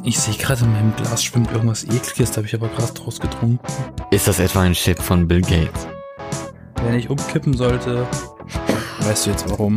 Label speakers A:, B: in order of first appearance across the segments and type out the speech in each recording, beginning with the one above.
A: Ich sehe gerade in meinem Glas schwimmt irgendwas Ekliges, da habe ich aber gerade draus getrunken.
B: Ist das etwa ein Chip von Bill Gates?
A: Wenn ich umkippen sollte, weißt du jetzt warum.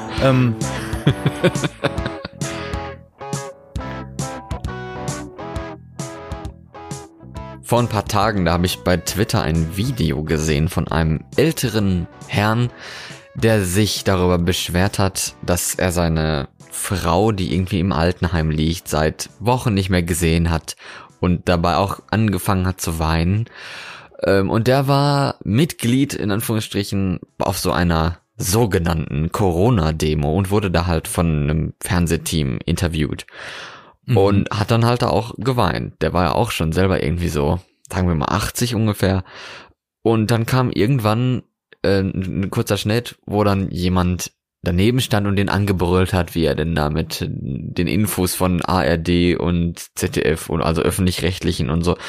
B: Vor ein paar Tagen, da habe ich bei Twitter ein Video gesehen von einem älteren Herrn, der sich darüber beschwert hat, dass er seine Frau, die irgendwie im Altenheim liegt, seit Wochen nicht mehr gesehen hat und dabei auch angefangen hat zu weinen. Und der war Mitglied, in Anführungsstrichen, auf so einer sogenannten Corona-Demo und wurde da halt von einem Fernsehteam interviewt. Und hat dann halt auch geweint. Der war ja auch schon selber irgendwie so, sagen wir mal 80 ungefähr. Und dann kam irgendwann ein kurzer Schnitt, wo dann jemand daneben stand und den angebrüllt hat, wie er denn da mit den Infos von ARD und ZDF und also öffentlich-rechtlichen und so,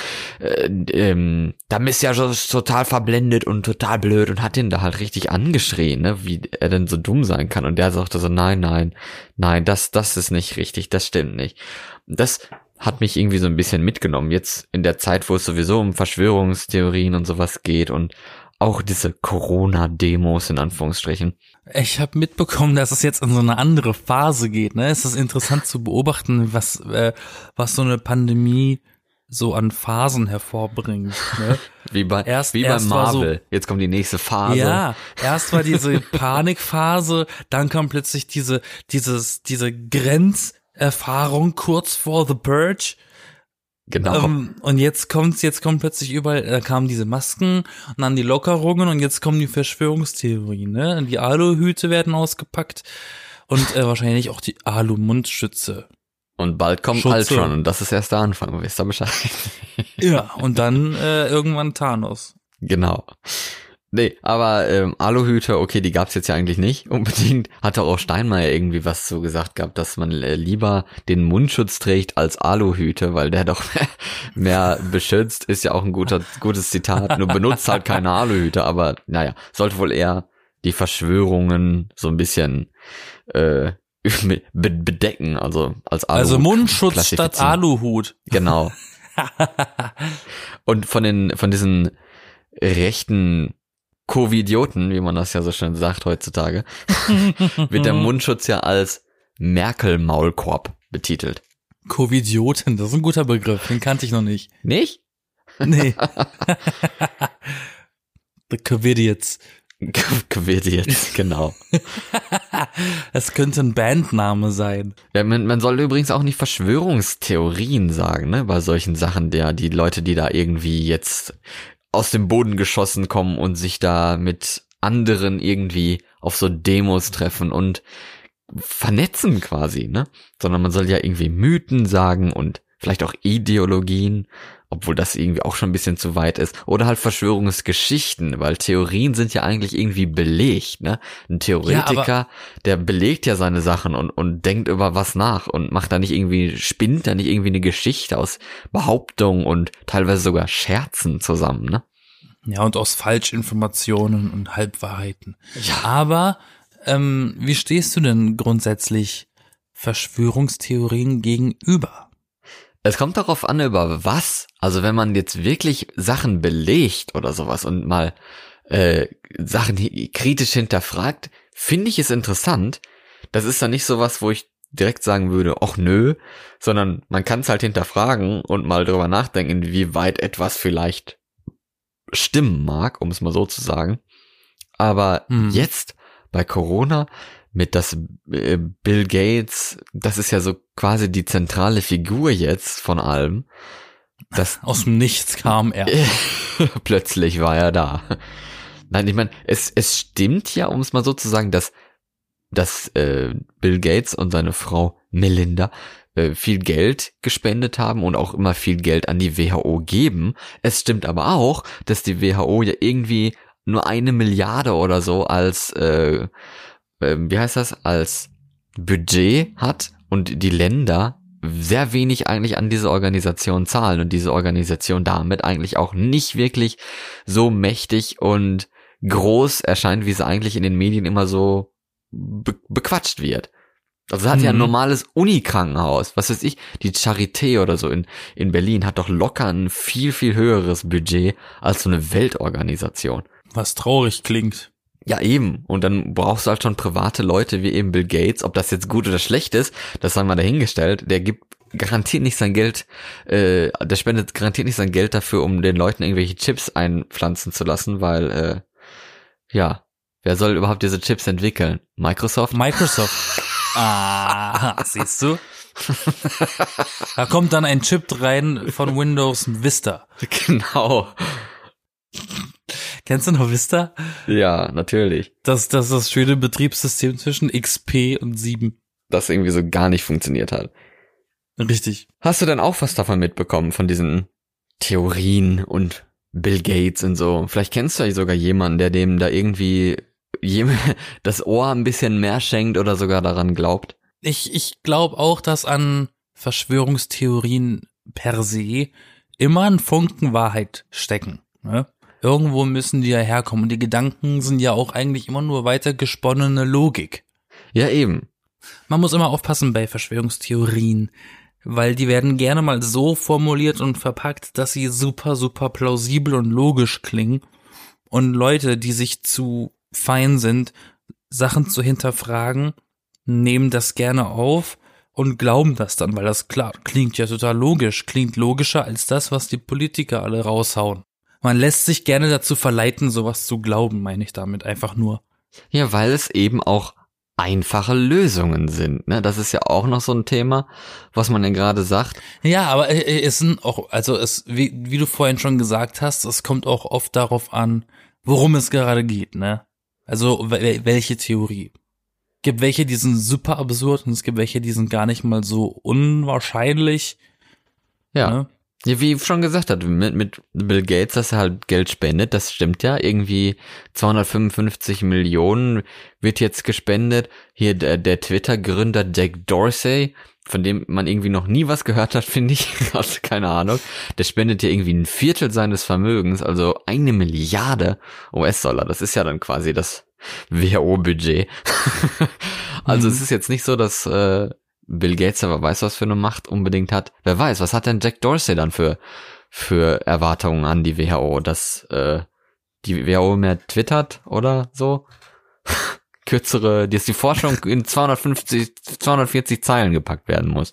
B: da bist ja schon total verblendet und total blöd und hat den da halt richtig angeschrien, ne, wie er denn so dumm sein kann. Und der sagte so, nein, das ist nicht richtig, das stimmt nicht. Das hat mich irgendwie so ein bisschen mitgenommen, jetzt in der Zeit, wo es sowieso um Verschwörungstheorien und sowas geht und auch diese Corona-Demos in Anführungsstrichen.
A: Ich habe mitbekommen, dass es jetzt in so eine andere Phase geht. Ne, es ist interessant zu beobachten, was so eine Pandemie so an Phasen hervorbringt. Ne?
B: Wie bei Marvel. So, jetzt kommt die nächste Phase.
A: Ja, erst war diese Panikphase, dann kam plötzlich diese Grenzerfahrung kurz vor The Purge.
B: Genau.
A: Und jetzt kommt plötzlich überall, da kamen diese Masken und dann die Lockerungen und jetzt kommen die Verschwörungstheorien, ne? Die Aluhüte werden ausgepackt und wahrscheinlich auch die Alu-Mundschütze.
B: Und bald kommt Ultron und das ist erst der Anfang, wisst ihr Bescheid?
A: Ja, und dann irgendwann Thanos.
B: Genau. Nee, aber Aluhüte, okay, die gab's jetzt ja eigentlich nicht unbedingt. Hatte auch Steinmeier irgendwie was so gesagt gehabt, dass man lieber den Mundschutz trägt als Aluhüte, weil der doch mehr beschützt. Ist ja auch ein gutes Zitat. Nur benutzt halt keine Aluhüte, aber naja, sollte wohl eher die Verschwörungen so ein bisschen bedecken, also als Aluhut.
A: Also Mundschutz statt Aluhut.
B: Genau. Und von diesen rechten Covidioten, wie man das ja so schön sagt heutzutage, wird der Mundschutz ja als Merkel-Maulkorb betitelt.
A: Covidioten, das ist ein guter Begriff, den kannte ich noch nicht.
B: Nicht?
A: Nee. The Covidiots.
B: Covidiots, genau.
A: Es könnte ein Bandname sein.
B: Ja, man soll übrigens auch nicht Verschwörungstheorien sagen, ne, bei solchen Sachen, die Leute, die da irgendwie jetzt aus dem Boden geschossen kommen und sich da mit anderen irgendwie auf so Demos treffen und vernetzen quasi, ne? Sondern man soll ja irgendwie Mythen sagen und vielleicht auch Ideologien, obwohl das irgendwie auch schon ein bisschen zu weit ist. Oder halt Verschwörungsgeschichten, weil Theorien sind ja eigentlich irgendwie belegt, ne? Ein Theoretiker, der belegt ja seine Sachen und denkt über was nach und spinnt da nicht irgendwie eine Geschichte aus Behauptungen und teilweise sogar Scherzen zusammen, ne?
A: Ja, und aus Falschinformationen und Halbwahrheiten. Ja. Aber wie stehst du denn grundsätzlich Verschwörungstheorien gegenüber?
B: Es kommt darauf an, über was. Also wenn man jetzt wirklich Sachen belegt oder sowas und mal Sachen kritisch hinterfragt, finde ich es interessant. Das ist dann nicht sowas, wo ich direkt sagen würde, ach nö, sondern man kann es halt hinterfragen und mal drüber nachdenken, inwieweit etwas vielleicht stimmen mag, um es mal so zu sagen. Aber jetzt bei Corona mit das Bill Gates, das ist ja so quasi die zentrale Figur jetzt von allem.
A: Aus dem Nichts kam er.
B: Plötzlich war er da. Nein, ich meine, es stimmt ja, um es mal so zu sagen, dass Bill Gates und seine Frau Melinda viel Geld gespendet haben und auch immer viel Geld an die WHO geben. Es stimmt aber auch, dass die WHO ja irgendwie nur 1 Milliarde oder so als als Budget hat und die Länder sehr wenig eigentlich an diese Organisation zahlen und diese Organisation damit eigentlich auch nicht wirklich so mächtig und groß erscheint, wie sie eigentlich in den Medien immer so bequatscht wird. Also hat ja ein normales Unikrankenhaus, was weiß ich, die Charité oder so in Berlin hat doch locker ein viel, viel höheres Budget als so eine Weltorganisation.
A: Was traurig klingt.
B: Ja, eben. Und dann brauchst du halt schon private Leute wie eben Bill Gates. Ob das jetzt gut oder schlecht ist, das sei mal dahingestellt. Der gibt garantiert nicht sein Geld, der spendet garantiert nicht sein Geld dafür, um den Leuten irgendwelche Chips einpflanzen zu lassen, weil, wer soll überhaupt diese Chips entwickeln? Microsoft?
A: Ah, siehst du? Da kommt dann ein Chip rein von Windows Vista.
B: Genau.
A: Kennst du noch Vista?
B: Ja, natürlich.
A: Das ist das schöne Betriebssystem zwischen XP und 7.
B: Das irgendwie so gar nicht funktioniert hat.
A: Richtig.
B: Hast du denn auch was davon mitbekommen, von diesen Theorien und Bill Gates und so? Vielleicht kennst du ja sogar jemanden, der dem da irgendwie das Ohr ein bisschen mehr schenkt oder sogar daran glaubt.
A: Ich glaube auch, dass an Verschwörungstheorien per se immer ein Funken Wahrheit stecken. Ne? Irgendwo müssen die ja herkommen. Und die Gedanken sind ja auch eigentlich immer nur weiter gesponnene Logik.
B: Ja, eben.
A: Man muss immer aufpassen bei Verschwörungstheorien, weil die werden gerne mal so formuliert und verpackt, dass sie super, super plausibel und logisch klingen. Und Leute, die sich zu fein sind, Sachen zu hinterfragen, nehmen das gerne auf und glauben das dann, weil das klar klingt ja total logisch, klingt logischer als das, was die Politiker alle raushauen. Man lässt sich gerne dazu verleiten, sowas zu glauben, meine ich damit einfach nur.
B: Ja, weil es eben auch einfache Lösungen sind, ne? Das ist ja auch noch so ein Thema, was man ja gerade sagt.
A: Ja, aber es sind auch, also es, wie du vorhin schon gesagt hast, es kommt auch oft darauf an, worum es gerade geht, ne? Also welche Theorie. Es gibt welche, die sind super absurd und es gibt welche, die sind gar nicht mal so unwahrscheinlich.
B: Ja.
A: Ne?
B: Ja, wie ich schon gesagt hat, mit Bill Gates, dass er halt Geld spendet, das stimmt ja. Irgendwie 255 Millionen wird jetzt gespendet. Hier der Twitter-Gründer Jack Dorsey, von dem man irgendwie noch nie was gehört hat, finde ich. Also keine Ahnung. Der spendet ja irgendwie 1/4 seines Vermögens, also 1 Milliarde US-Dollar. Das ist ja dann quasi das WHO-Budget. Also es ist jetzt nicht so, dass Bill Gates aber weiß, was für eine Macht unbedingt hat. Wer weiß, was hat denn Jack Dorsey dann für Erwartungen an die WHO, dass die WHO mehr twittert oder so? Kürzere, dass die Forschung in 240 Zeilen gepackt werden muss.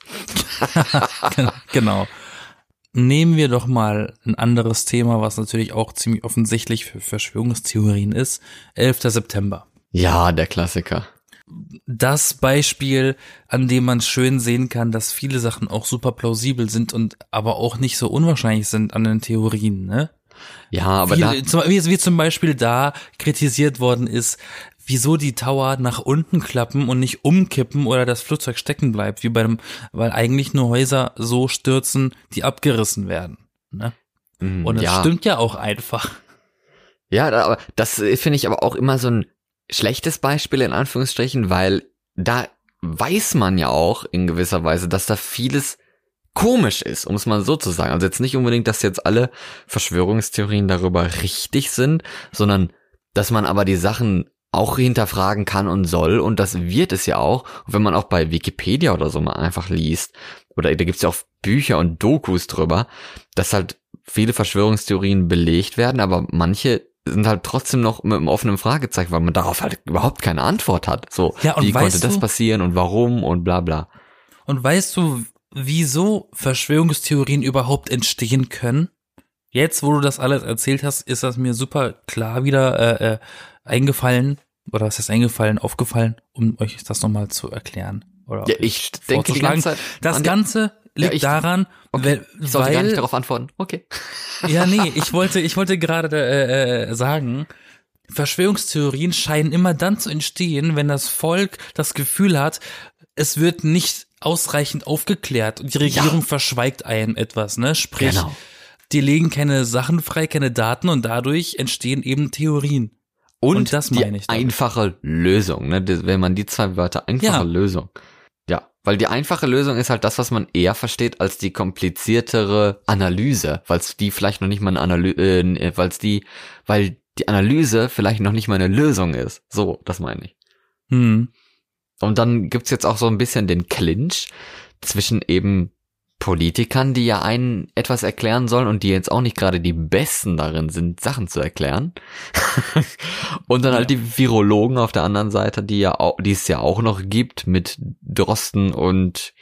A: Genau. Nehmen wir doch mal ein anderes Thema, was natürlich auch ziemlich offensichtlich für Verschwörungstheorien ist. 11. September.
B: Ja, der Klassiker.
A: Das Beispiel, an dem man schön sehen kann, dass viele Sachen auch super plausibel sind und aber auch nicht so unwahrscheinlich sind an den Theorien, ne?
B: Ja, aber
A: wie zum Beispiel da kritisiert worden ist, wieso die Tower nach unten klappen und nicht umkippen oder das Flugzeug stecken bleibt, weil eigentlich nur Häuser so stürzen, die abgerissen werden, ne? Und das stimmt ja auch einfach.
B: Ja, aber das finde ich aber auch immer so ein schlechtes Beispiel in Anführungsstrichen, weil da weiß man ja auch in gewisser Weise, dass da vieles komisch ist, um es mal so zu sagen. Also jetzt nicht unbedingt, dass jetzt alle Verschwörungstheorien darüber richtig sind, sondern dass man aber die Sachen auch hinterfragen kann und soll, und das wird es ja auch. Und wenn man auch bei Wikipedia oder so mal einfach liest, oder da gibt's ja auch Bücher und Dokus drüber, dass halt viele Verschwörungstheorien belegt werden, aber manche sind halt trotzdem noch mit einem offenen Fragezeichen, weil man darauf halt überhaupt keine Antwort hat. So,
A: ja,
B: wie konnte das passieren und warum und bla bla.
A: Und weißt du, wieso Verschwörungstheorien überhaupt entstehen können? Jetzt, wo du das alles erzählt hast, ist das mir super klar wieder eingefallen, oder was ist eingefallen, aufgefallen, um euch das nochmal zu erklären. Oder
B: ja, ich denke die ganze Zeit.
A: Das Ganze liegt daran,
B: okay, ich sollte gar nicht darauf antworten. Okay.
A: Ja, nee, ich wollte gerade sagen, Verschwörungstheorien scheinen immer dann zu entstehen, wenn das Volk das Gefühl hat, es wird nicht ausreichend aufgeklärt und die Regierung verschweigt einem etwas, ne? Sprich, die legen keine Sachen frei, keine Daten, und dadurch entstehen eben Theorien. Und das meine ich damit.
B: Einfache Lösung, ne? Wenn man die zwei Wörter, einfache Lösung. Ja, weil die einfache Lösung ist halt das, was man eher versteht als die kompliziertere Analyse, weil die vielleicht noch nicht mal eine weil die Analyse vielleicht noch nicht mal eine Lösung ist. So, das meine ich. Und dann gibt's jetzt auch so ein bisschen den Clinch zwischen eben Politikern, die ja einen etwas erklären sollen und die jetzt auch nicht gerade die Besten darin sind, Sachen zu erklären. Und dann halt die Virologen auf der anderen Seite, die es ja auch noch gibt mit Drosten und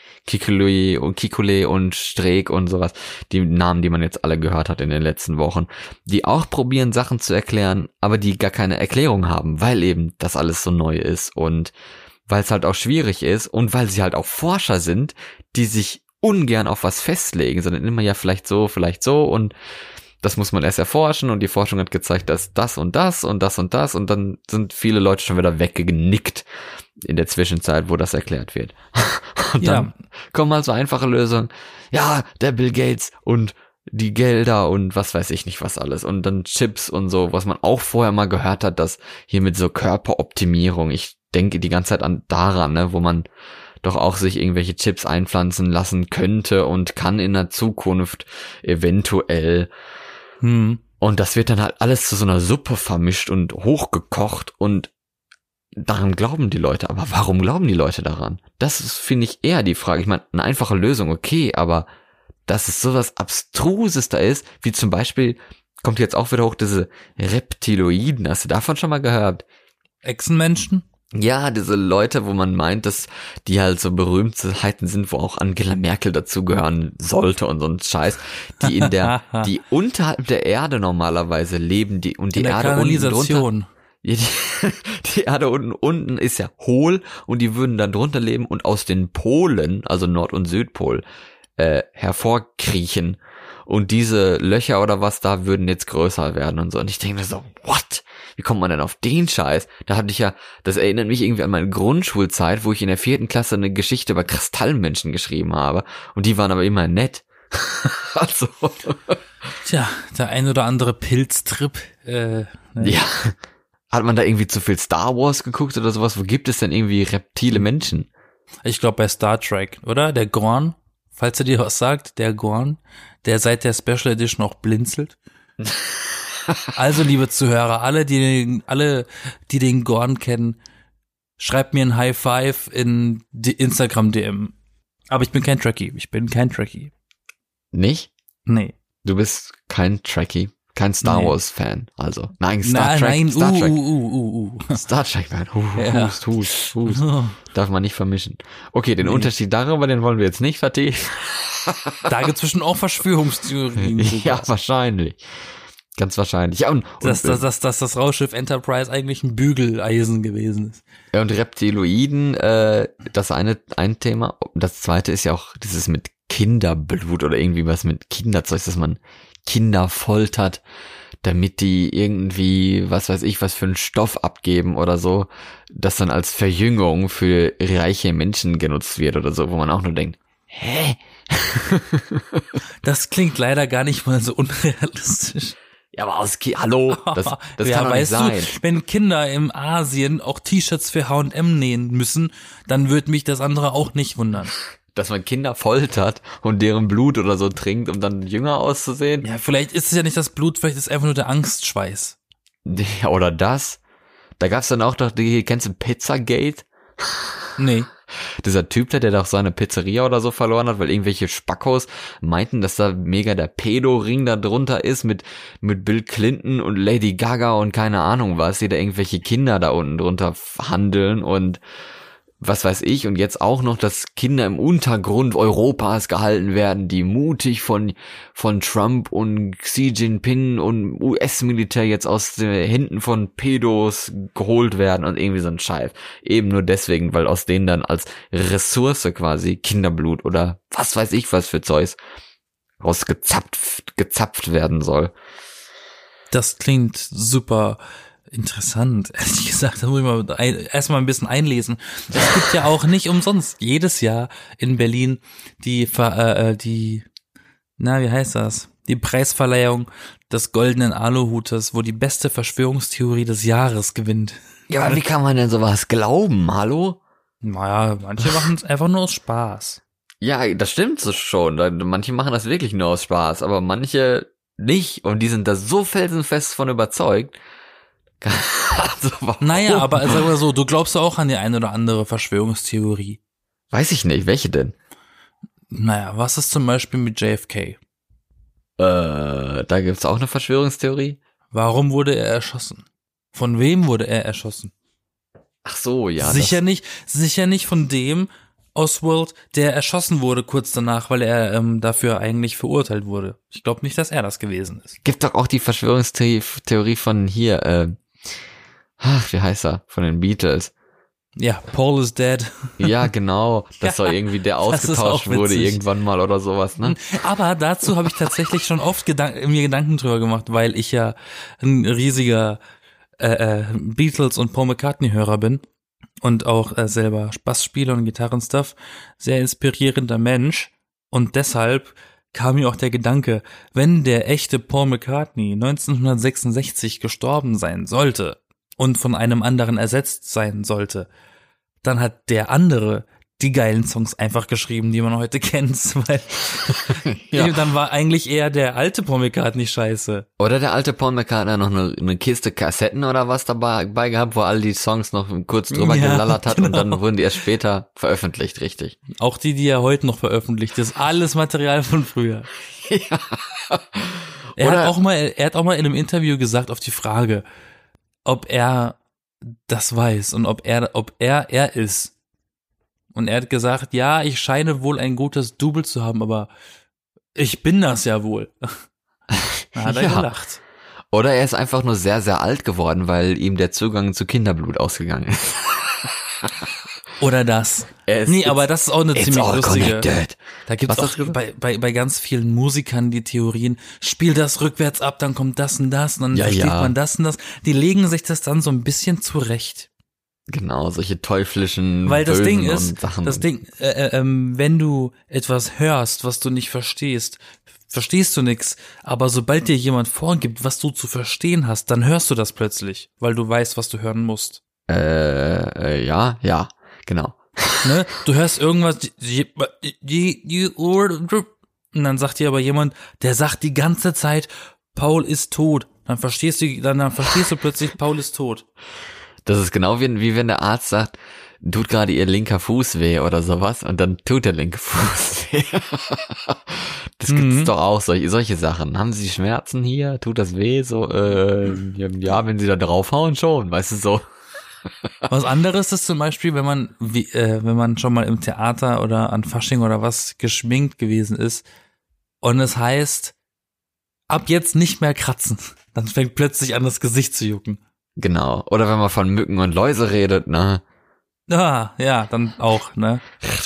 B: Kikule und Streeck und sowas. Die Namen, die man jetzt alle gehört hat in den letzten Wochen, die auch probieren, Sachen zu erklären, aber die gar keine Erklärung haben, weil eben das alles so neu ist und weil es halt auch schwierig ist und weil sie halt auch Forscher sind, die sich ungern auf was festlegen, sondern immer ja vielleicht so und das muss man erst erforschen und die Forschung hat gezeigt, dass das und das und das und das und dann sind viele Leute schon wieder weggenickt in der Zwischenzeit, wo das erklärt wird. Und dann kommen halt so einfache Lösungen. Ja, der Bill Gates und die Gelder und was weiß ich nicht was alles und dann Chips und so, was man auch vorher mal gehört hat, dass hier mit so Körperoptimierung, ich denke die ganze Zeit daran, ne, wo man doch auch sich irgendwelche Chips einpflanzen lassen könnte und kann in der Zukunft eventuell. Und das wird dann halt alles zu so einer Suppe vermischt und hochgekocht und daran glauben die Leute. Aber warum glauben die Leute daran? Das ist, finde ich, eher die Frage. Ich meine, eine einfache Lösung, okay, aber dass es sowas Abstruses da ist, wie zum Beispiel, kommt jetzt auch wieder hoch, diese Reptiloiden. Hast du davon schon mal gehört?
A: Echsenmenschen?
B: Ja, diese Leute, wo man meint, dass die halt so Berühmtheiten sind, wo auch Angela Merkel dazugehören sollte und so ein Scheiß, die unterhalb der Erde normalerweise leben, die Erde unten drunter. Ja, die Erde unten ist ja hohl und die würden dann drunter leben und aus den Polen, also Nord- und Südpol, hervorkriechen. Und diese Löcher oder was da würden jetzt größer werden und so. Und ich denke mir so, what? Wie kommt man denn auf den Scheiß? Da hatte ich ja, das erinnert mich irgendwie an meine Grundschulzeit, wo ich in der 4. Klasse eine Geschichte über Kristallmenschen geschrieben habe. Und die waren aber immer nett. Also.
A: Tja, der ein oder andere Pilztrip. Ne?
B: Ja. Hat man da irgendwie zu viel Star Wars geguckt oder sowas? Wo gibt es denn irgendwie reptile Menschen?
A: Ich glaube bei Star Trek, oder? Der Gorn, falls er dir was sagt, der Gorn, der seit der Special Edition auch blinzelt. Also, liebe Zuhörer, alle, die den Gorn kennen, schreibt mir ein High Five in die Instagram-DM. Aber ich bin kein Trekkie.
B: Nicht?
A: Nee.
B: Du bist kein Trekkie, kein Star Wars-Fan, also. Nein, Star Trek.
A: Nein,
B: Star Trek-Fan.
A: Ja.
B: Hust. Darf man nicht vermischen. Okay, den Unterschied darüber, den wollen wir jetzt nicht vertiefen.
A: Da gibt's bestimmt auch Verschwörungstheorien.
B: Ja, wahrscheinlich. Ganz wahrscheinlich. Ja, und
A: dass das Raumschiff Enterprise eigentlich ein Bügeleisen gewesen ist.
B: Ja, und Reptiloiden, das ein Thema. Das zweite ist ja auch dieses mit Kinderblut oder irgendwie was mit Kinderzeug, dass man Kinder foltert, damit die irgendwie, was weiß ich, was für einen Stoff abgeben oder so, das dann als Verjüngung für reiche Menschen genutzt wird oder so, wo man auch nur denkt, hä?
A: Das klingt leider gar nicht mal so unrealistisch.
B: Ja, aber hallo, das ja, kann doch nicht sein.
A: Du, wenn Kinder im Asien auch T-Shirts für H&M nähen müssen, dann würde mich das andere auch nicht wundern.
B: Dass man Kinder foltert und deren Blut oder so trinkt, um dann jünger auszusehen.
A: Ja, vielleicht ist es ja nicht das Blut, vielleicht ist es einfach nur der Angstschweiß.
B: Ja, oder das. Da gab's dann auch doch kennst du Pizzagate?
A: Nee.
B: Dieser Typ, der doch seine Pizzeria oder so verloren hat, weil irgendwelche Spackos meinten, dass da mega der Pedo-Ring da drunter ist mit Bill Clinton und Lady Gaga und keine Ahnung was, die da irgendwelche Kinder da unten drunter handeln und was weiß ich, und jetzt auch noch, dass Kinder im Untergrund Europas gehalten werden, die mutig von Trump und Xi Jinping und US-Militär jetzt aus den Händen von Pedos geholt werden und irgendwie so ein Scheiß. Eben nur deswegen, weil aus denen dann als Ressource quasi Kinderblut oder was weiß ich was für Zeugs gezapft werden soll.
A: Das klingt super interessant, ehrlich gesagt. Da muss ich mal erstmal ein bisschen einlesen. Es gibt ja auch nicht umsonst jedes Jahr in Berlin die Preisverleihung des goldenen Aluhutes, wo die beste Verschwörungstheorie des Jahres gewinnt.
B: Ja, aber wie kann man denn sowas glauben? Hallo?
A: Naja, manche machen es einfach nur aus Spaß.
B: Ja, das stimmt so schon. Manche machen das wirklich nur aus Spaß, aber manche nicht. Und die sind da so felsenfest von überzeugt, Also, warum?
A: Naja, aber sag mal so, du glaubst auch an die eine oder andere Verschwörungstheorie.
B: Weiß ich nicht, welche denn?
A: Naja, was ist zum Beispiel mit JFK?
B: Da gibt's auch eine Verschwörungstheorie?
A: Warum wurde er erschossen? Von wem wurde er erschossen?
B: Ach so, ja.
A: Sicher nicht von dem Oswald, der erschossen wurde kurz danach, weil er dafür eigentlich verurteilt wurde. Ich glaube nicht, dass er das gewesen ist.
B: Gibt doch auch die Verschwörungstheorie von hier, wie heißt er? Von den Beatles.
A: Ja, Paul is dead.
B: Ja, genau. Das soll irgendwie der ausgetauscht wurde irgendwann mal oder sowas, ne?
A: Aber dazu habe ich tatsächlich schon oft mir Gedanken drüber gemacht, weil ich ja ein riesiger Beatles und Paul McCartney-Hörer bin und auch selber Bassspieler und Gitarrenstuff. Sehr inspirierender Mensch. Und deshalb kam mir auch der Gedanke, wenn der echte Paul McCartney 1966 gestorben sein sollte und von einem anderen ersetzt sein sollte, dann hat der andere die geilen Songs einfach geschrieben, die man heute kennt, weil dann war eigentlich eher der alte Paul McCartney scheiße.
B: Oder der alte Paul McCartney noch eine Kiste Kassetten oder was dabei gehabt, wo all die Songs noch kurz drüber gelallert hat, genau. Und dann wurden die erst später veröffentlicht, richtig.
A: Auch die er heute noch veröffentlicht, das ist alles Material von früher.
B: Ja.
A: Er hat auch mal in einem Interview gesagt auf die Frage, ob er das weiß und ob er ist. Und er hat gesagt, ja, ich scheine wohl ein gutes Double zu haben, aber ich bin das ja wohl. Da hat er gelacht.
B: Oder er ist einfach nur sehr, sehr alt geworden, weil ihm der Zugang zu Kinderblut ausgegangen ist.
A: Oder das. Aber das ist auch eine ziemlich lustige. Da gibt's auch bei ganz vielen Musikern die Theorien, spiel das rückwärts ab, dann kommt das und das, und dann versteht man das und das. Die legen sich das dann so ein bisschen zurecht.
B: Genau, solche teuflischen
A: Weil das
B: Bösen
A: Ding ist,
B: und Sachen.
A: wenn du etwas hörst, was du nicht verstehst, verstehst du nix. Aber sobald dir jemand vorgibt, was du zu verstehen hast, dann hörst du das plötzlich, weil du weißt, was du hören musst.
B: Ja, genau.
A: Ne? Du hörst irgendwas, und dann sagt dir aber jemand, der sagt die ganze Zeit, Paul ist tot. Dann verstehst du plötzlich, Paul ist tot.
B: Das ist genau wie wenn der Arzt sagt, tut gerade ihr linker Fuß weh oder sowas, und dann tut der linke Fuß weh. Das gibt's doch auch, solche Sachen. Haben Sie Schmerzen hier? Tut das weh? So, ja, wenn Sie da draufhauen schon, weißt du, so.
A: Was anderes ist zum Beispiel, wenn man schon mal im Theater oder an Fasching oder was geschminkt gewesen ist und es heißt, ab jetzt nicht mehr kratzen. Dann fängt plötzlich an, das Gesicht zu jucken.
B: Genau. Oder wenn man von Mücken und Läuse redet, ne?
A: Ah, ja, dann auch, ne?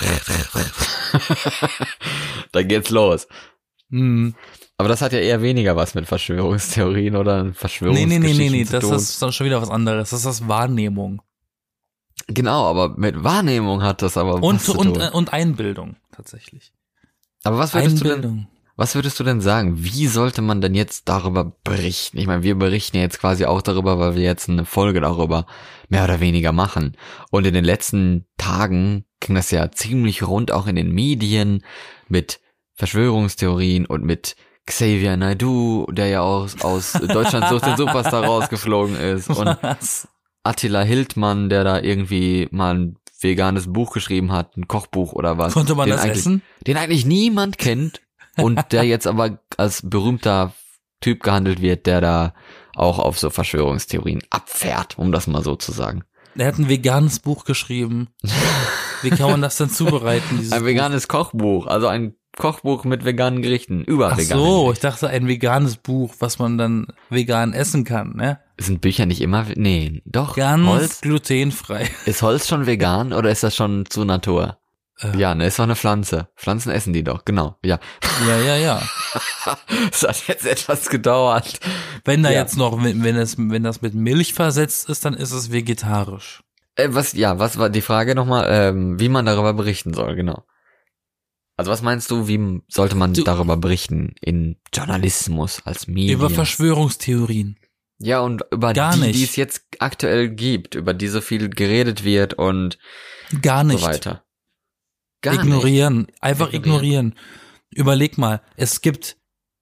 B: Da geht's los.
A: Hm.
B: Aber das hat ja eher weniger was mit Verschwörungstheorien oder Verschwörungsgeschichten
A: Nee,
B: zu tun.
A: Das ist schon wieder was anderes. Das ist Wahrnehmung.
B: Genau, aber mit Wahrnehmung hat das aber was zu tun.
A: Und Einbildung, tatsächlich.
B: Aber was würdest du denn sagen? Wie sollte man denn jetzt darüber berichten? Ich meine, wir berichten ja jetzt quasi auch darüber, weil wir jetzt eine Folge darüber mehr oder weniger machen. Und in den letzten Tagen ging das ja ziemlich rund, auch in den Medien, mit Verschwörungstheorien und mit Xavier Naidoo, der ja aus Deutschland sucht den Superstar rausgeflogen ist. Und Attila Hildmann, der da irgendwie mal ein veganes Buch geschrieben hat, ein Kochbuch oder was.
A: Konnte man das essen?
B: Den eigentlich niemand kennt und der jetzt aber als berühmter Typ gehandelt wird, der da auch auf so Verschwörungstheorien abfährt, um das mal so zu sagen.
A: Er hat ein veganes Buch geschrieben. Wie kann man das denn zubereiten?
B: Ein veganes Kochbuch, also ein Kochbuch mit veganen Gerichten, vegan.
A: Ach so, ich dachte ein veganes Buch, was man dann vegan essen kann, ne?
B: Sind Bücher nicht immer, nee, doch.
A: Ganz
B: Holz,
A: glutenfrei.
B: Ist Holz schon vegan oder ist das schon zu Natur? Ja, ne, ist doch eine Pflanze. Pflanzen essen die doch, genau, ja.
A: Ja.
B: Es hat jetzt etwas gedauert.
A: Wenn da jetzt noch, wenn das mit Milch versetzt ist, dann ist es vegetarisch.
B: Was war die Frage nochmal, wie man darüber berichten soll, genau. Also was meinst du, wie sollte man darüber berichten in Journalismus als Medien?
A: Über Verschwörungstheorien.
B: Ja, und über die es jetzt aktuell gibt, über die so viel geredet wird und
A: gar nicht.
B: So weiter.
A: Ignorieren. Einfach ignorieren. Überleg mal, es gibt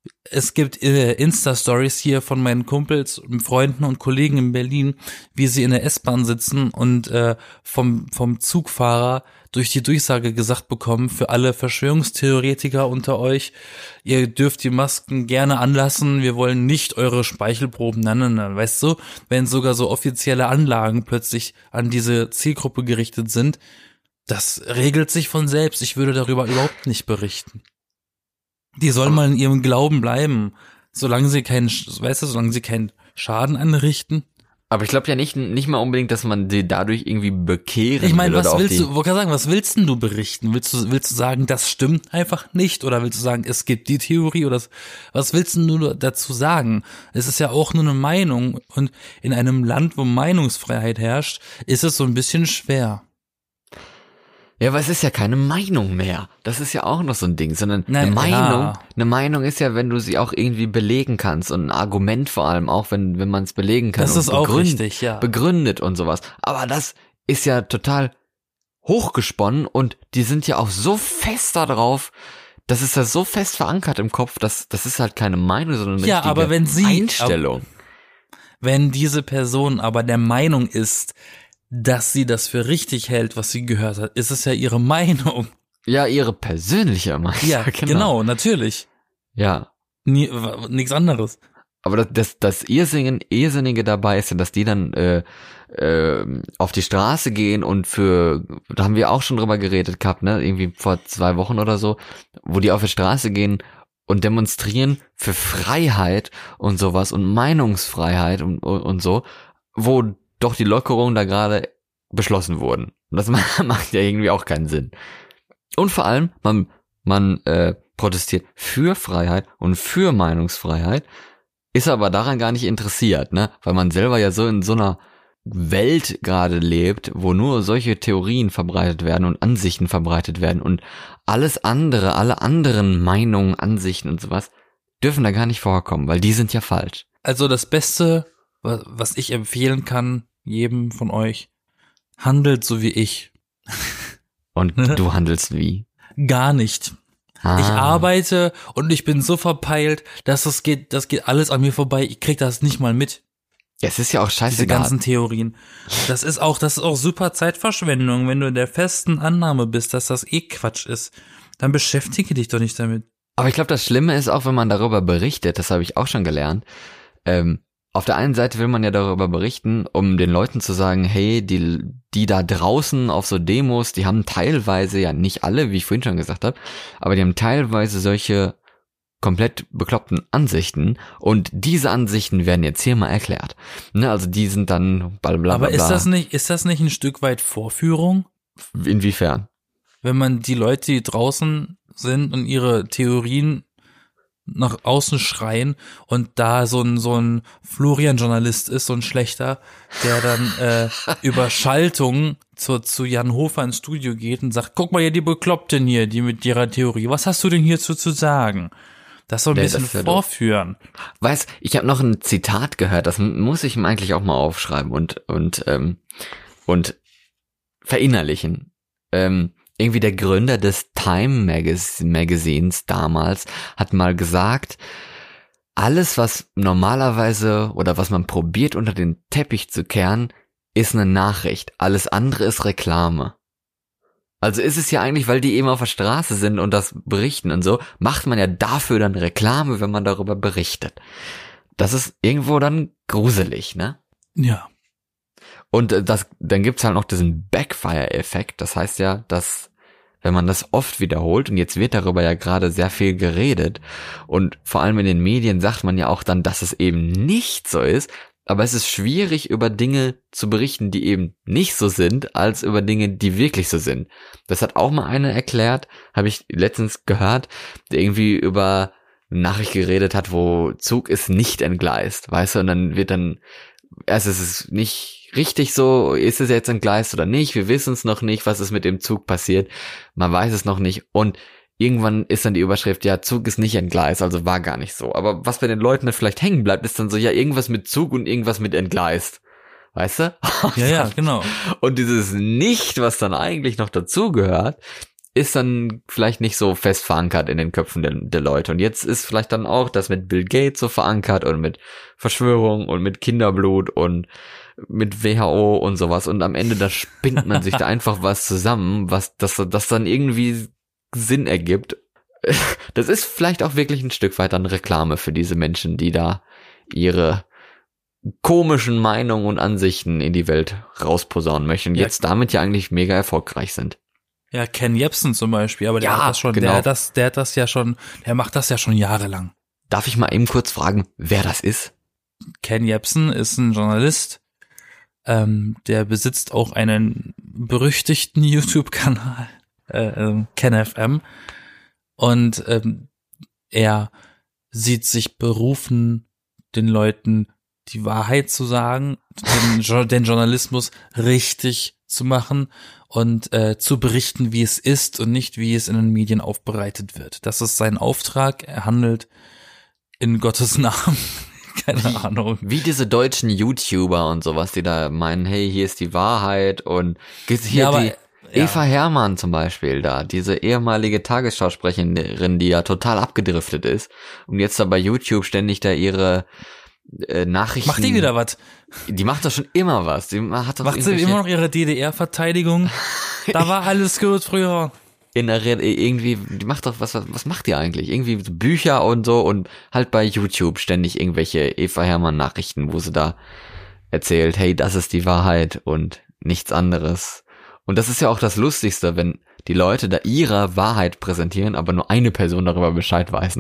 A: Es gibt Insta-Stories hier von meinen Kumpels, Freunden und Kollegen in Berlin, wie sie in der S-Bahn sitzen und vom Zugfahrer durch die Durchsage gesagt bekommen, für alle Verschwörungstheoretiker unter euch, ihr dürft die Masken gerne anlassen, wir wollen nicht eure Speichelproben, nein, weißt du, wenn sogar so offizielle Anlagen plötzlich an diese Zielgruppe gerichtet sind, das regelt sich von selbst, ich würde darüber überhaupt nicht berichten. Die sollen mal in ihrem Glauben bleiben, solange sie keinen Schaden anrichten.
B: Aber ich glaube ja nicht mal unbedingt, dass man die dadurch irgendwie bekehren
A: Ich meine,
B: will.
A: was willst denn du berichten? Willst du sagen, das stimmt einfach nicht? Oder willst du sagen, es gibt die Theorie? Oder was willst denn du dazu sagen? Es ist ja auch nur eine Meinung. Und in einem Land, wo Meinungsfreiheit herrscht, ist es so ein bisschen schwer.
B: Ja, aber es ist ja keine Meinung mehr. Das ist ja auch noch so ein Ding, sondern
A: Nein,
B: eine Meinung ist ja, wenn du sie auch irgendwie belegen kannst und ein Argument vor allem auch, wenn man es belegen kann.
A: Das ist auch richtig, ja.
B: Begründet und sowas. Aber das ist ja total hochgesponnen und die sind ja auch so fest da drauf, das ist ja so fest verankert im Kopf, das ist halt keine Meinung, sondern eine richtige Einstellung.
A: Wenn diese Person aber der Meinung ist, dass sie das für richtig hält, was sie gehört hat, ist es ja ihre Meinung.
B: Ja, ihre persönliche Meinung.
A: Ja, genau, natürlich.
B: Ja.
A: Nichts anderes.
B: Aber das Irrsinnige dabei ist ja, dass die dann auf die Straße gehen und da haben wir auch schon drüber geredet gehabt, ne, irgendwie vor 2 Wochen oder so, wo die auf die Straße gehen und demonstrieren für Freiheit und sowas und Meinungsfreiheit und so, wo doch die Lockerungen da gerade beschlossen wurden. Und das macht ja irgendwie auch keinen Sinn. Und vor allem, man protestiert für Freiheit und für Meinungsfreiheit, ist aber daran gar nicht interessiert, ne? Weil man selber ja so in so einer Welt gerade lebt, wo nur solche Theorien verbreitet werden und Ansichten verbreitet werden und alles andere, alle anderen Meinungen, Ansichten und sowas, dürfen da gar nicht vorkommen, weil die sind ja falsch.
A: Also das Beste, was ich empfehlen kann, jedem von euch, handelt so wie ich.
B: Und du handelst wie?
A: Gar nicht. Ich arbeite und ich bin so verpeilt, dass das geht alles an mir vorbei. Ich krieg das nicht mal mit.
B: Ja, es ist ja auch scheißegal.
A: Diese ganzen Theorien. Das ist auch super Zeitverschwendung, wenn du in der festen Annahme bist, dass das Quatsch ist. Dann beschäftige dich doch nicht damit.
B: Aber ich glaube, das Schlimme ist auch, wenn man darüber berichtet, das habe ich auch schon gelernt, auf der einen Seite will man ja darüber berichten, um den Leuten zu sagen, hey, die da draußen auf so Demos, die haben teilweise, ja nicht alle, wie ich vorhin schon gesagt habe, aber die haben teilweise solche komplett bekloppten Ansichten und diese Ansichten werden jetzt hier mal erklärt. Ne, also die sind dann blablabla.
A: Aber ist das nicht ein Stück weit Vorführung?
B: Inwiefern?
A: Wenn man die Leute, die draußen sind und ihre Theorien nach außen schreien und da so ein Florian-Journalist ist, so ein schlechter, der dann über Schaltung zu Jan Hofer ins Studio geht und sagt, guck mal hier die Bekloppten hier, die mit ihrer Theorie, was hast du denn hierzu zu sagen? Das soll ein bisschen vorführen.
B: Weißt, ich habe noch ein Zitat gehört, das muss ich mir eigentlich auch mal aufschreiben und verinnerlichen. Irgendwie der Gründer des Time Magazins damals hat mal gesagt, alles, was normalerweise oder was man probiert unter den Teppich zu kehren, ist eine Nachricht. Alles andere ist Reklame. Also ist es ja eigentlich, weil die eben auf der Straße sind und das berichten und so, macht man ja dafür dann Reklame, wenn man darüber berichtet. Das ist irgendwo dann gruselig, ne?
A: Ja.
B: Und dann gibt's halt noch diesen Backfire-Effekt. Das heißt ja, dass wenn man das oft wiederholt, und jetzt wird darüber ja gerade sehr viel geredet, und vor allem in den Medien sagt man ja auch dann, dass es eben nicht so ist, aber es ist schwierig, über Dinge zu berichten, die eben nicht so sind, als über Dinge, die wirklich so sind. Das hat auch mal einer erklärt, habe ich letztens gehört, der irgendwie über eine Nachricht geredet hat, wo Zug ist nicht entgleist, weißt du, und dann wird dann erst ist es nicht richtig so, ist es jetzt entgleist oder nicht, wir wissen es noch nicht, was ist mit dem Zug passiert, man weiß es noch nicht und irgendwann ist dann die Überschrift, ja, Zug ist nicht entgleist, also war gar nicht so. Aber was bei den Leuten dann vielleicht hängen bleibt, ist dann so, ja, irgendwas mit Zug und irgendwas mit entgleist. Weißt du?
A: Ja, genau.
B: Und dieses Nicht, was dann eigentlich noch dazugehört, ist dann vielleicht nicht so fest verankert in den Köpfen der Leute. Und jetzt ist vielleicht dann auch das mit Bill Gates so verankert und mit Verschwörung und mit Kinderblut und mit WHO und sowas. Und am Ende, da spinnt man sich da einfach was zusammen, das dann irgendwie Sinn ergibt. Das ist vielleicht auch wirklich ein Stück weit dann Reklame für diese Menschen, die da ihre komischen Meinungen und Ansichten in die Welt rausposaunen möchten und jetzt damit ja eigentlich mega erfolgreich sind.
A: Ja, Ken Jebsen zum Beispiel, aber der
B: Ja,
A: hat das schon,
B: genau.
A: der macht das ja schon jahrelang.
B: Darf ich mal eben kurz fragen, wer das ist?
A: Ken Jebsen ist ein Journalist, der besitzt auch einen berüchtigten YouTube-Kanal, KenFM, und er sieht sich berufen, den Leuten die Wahrheit zu sagen, den Journalismus richtig zu machen und zu berichten, wie es ist und nicht, wie es in den Medien aufbereitet wird. Das ist sein Auftrag. Er handelt in Gottes Namen. Keine Ahnung.
B: Wie diese deutschen YouTuber und sowas, die da meinen, hey, hier ist die Wahrheit und hier
A: aber,
B: die Eva Herrmann zum Beispiel da, diese ehemalige Tagesschausprecherin, die ja total abgedriftet ist und jetzt da bei YouTube ständig da ihre Nachrichten.
A: Macht die wieder was?
B: Die macht doch schon immer was. Macht
A: sie immer noch ihre DDR-Verteidigung? Da war alles gut früher.
B: In der irgendwie, die macht doch, was macht die eigentlich? Irgendwie so Bücher und so und halt bei YouTube ständig irgendwelche Eva Herrmann Nachrichten, wo sie da erzählt, hey, das ist die Wahrheit und nichts anderes. Und das ist ja auch das Lustigste, wenn die Leute da ihre Wahrheit präsentieren, aber nur eine Person darüber Bescheid weiß.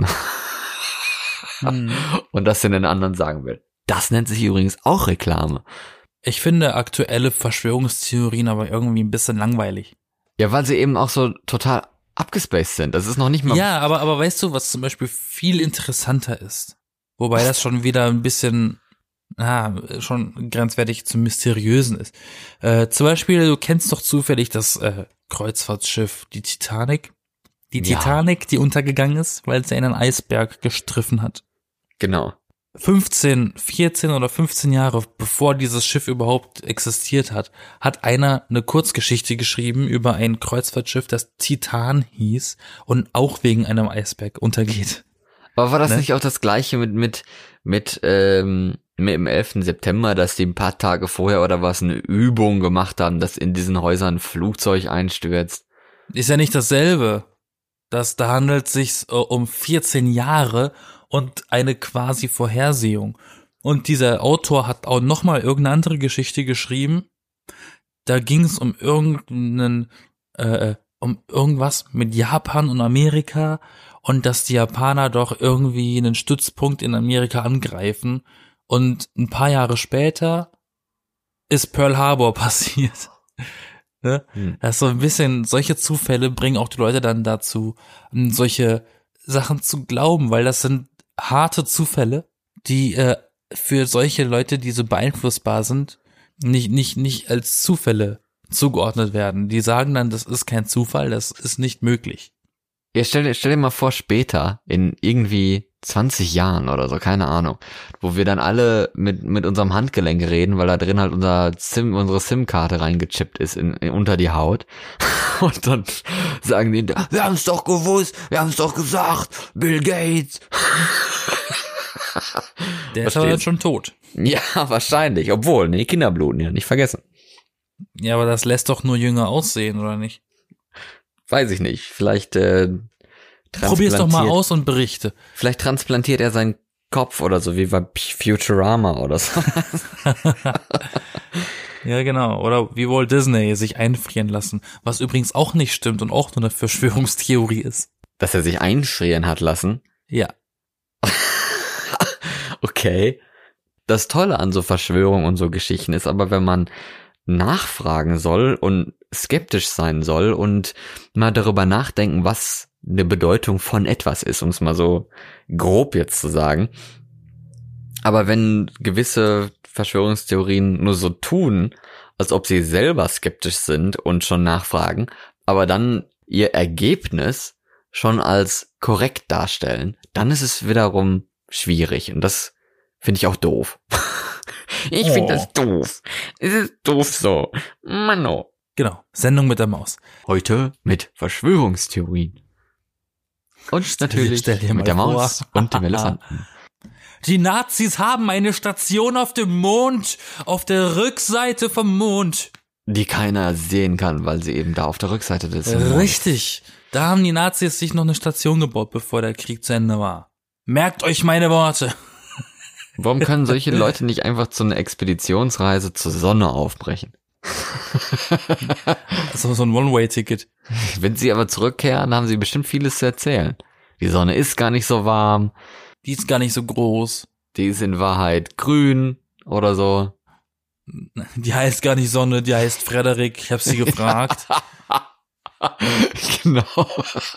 B: Und das den anderen sagen will. Das nennt sich übrigens auch Reklame.
A: Ich finde aktuelle Verschwörungstheorien aber irgendwie ein bisschen langweilig.
B: Ja, weil sie eben auch so total abgespaced sind. Das ist noch nicht mal...
A: Ja, aber weißt du, was zum Beispiel viel interessanter ist? Wobei das schon wieder ein bisschen, schon grenzwertig zum Mysteriösen ist. Zum Beispiel, du kennst doch zufällig das Kreuzfahrtschiff, die Titanic. Die Titanic, die untergegangen ist, weil sie einen Eisberg gestriffen hat.
B: Genau. 14
A: oder 15 Jahre bevor dieses Schiff überhaupt existiert hat einer eine Kurzgeschichte geschrieben über ein Kreuzfahrtschiff, das Titan hieß und auch wegen einem Eisberg untergeht.
B: Aber war das nicht auch das Gleiche mit dem 11. September, dass die ein paar Tage vorher oder was eine Übung gemacht haben, dass in diesen Häusern ein Flugzeug einstürzt?
A: Ist ja nicht dasselbe. Da handelt es sich um 14 Jahre und eine quasi Vorhersehung. Und dieser Autor hat auch nochmal irgendeine andere Geschichte geschrieben. Da ging es um irgendwas mit Japan und Amerika und dass die Japaner doch irgendwie einen Stützpunkt in Amerika angreifen. Und ein paar Jahre später ist Pearl Harbor passiert. Ne? Das ist so ein bisschen, solche Zufälle bringen auch die Leute dann dazu, solche Sachen zu glauben, weil das sind harte Zufälle, die für solche Leute, die so beeinflussbar sind, nicht als Zufälle zugeordnet werden. Die sagen dann, das ist kein Zufall, das ist nicht möglich.
B: Ja, stell dir mal vor, später, in irgendwie 20 Jahren oder so, keine Ahnung, wo wir dann alle mit unserem Handgelenk reden, weil da drin halt unsere SIM-Karte reingechippt ist unter die Haut. Und dann sagen die, wir haben es doch gewusst, wir haben es doch gesagt, Bill Gates.
A: Der ist aber jetzt schon tot.
B: Ja, wahrscheinlich, obwohl, Kinderbluten, ja, nicht vergessen.
A: Ja, aber das lässt doch nur jünger aussehen, oder nicht?
B: Weiß ich nicht, vielleicht
A: probier's doch mal aus und berichte.
B: Vielleicht transplantiert er seinen Kopf oder so, wie bei Futurama oder so.
A: Ja, genau. Oder wie Walt Disney sich einfrieren lassen. Was übrigens auch nicht stimmt und auch nur eine Verschwörungstheorie ist.
B: Dass er sich einfrieren hat lassen?
A: Ja.
B: Okay. Das Tolle an so Verschwörungen und so Geschichten ist aber, wenn man nachfragen soll und skeptisch sein soll und mal darüber nachdenken, was eine Bedeutung von etwas ist, um es mal so grob jetzt zu sagen. Aber wenn gewisse Verschwörungstheorien nur so tun, als ob sie selber skeptisch sind und schon nachfragen, aber dann ihr Ergebnis schon als korrekt darstellen, dann ist es wiederum schwierig und das finde ich auch doof. Ich finde das doof. Es ist doof so. Mano.
A: Genau, Sendung mit der Maus.
B: Heute mit Verschwörungstheorien. Und natürlich
A: Stell dir
B: mit
A: mal
B: der
A: vor.
B: Maus und dem Elefanten.
A: Die Nazis haben eine Station auf dem Mond, auf der Rückseite vom Mond.
B: Die keiner sehen kann, weil sie eben da auf der Rückseite des Mondes.
A: Richtig. Da haben die Nazis sich noch eine Station gebaut, bevor der Krieg zu Ende war. Merkt euch meine Worte.
B: Warum können solche Leute nicht einfach zu einer Expeditionsreise zur Sonne aufbrechen?
A: So ein One-Way-Ticket.
B: Wenn sie aber zurückkehren, haben sie bestimmt vieles zu erzählen. Die Sonne ist gar nicht so warm,
A: Die ist gar nicht so groß.
B: die ist in Wahrheit grün oder so.
A: Die heißt gar nicht Sonne, die heißt Frederik. Ich hab sie gefragt.
B: Genau.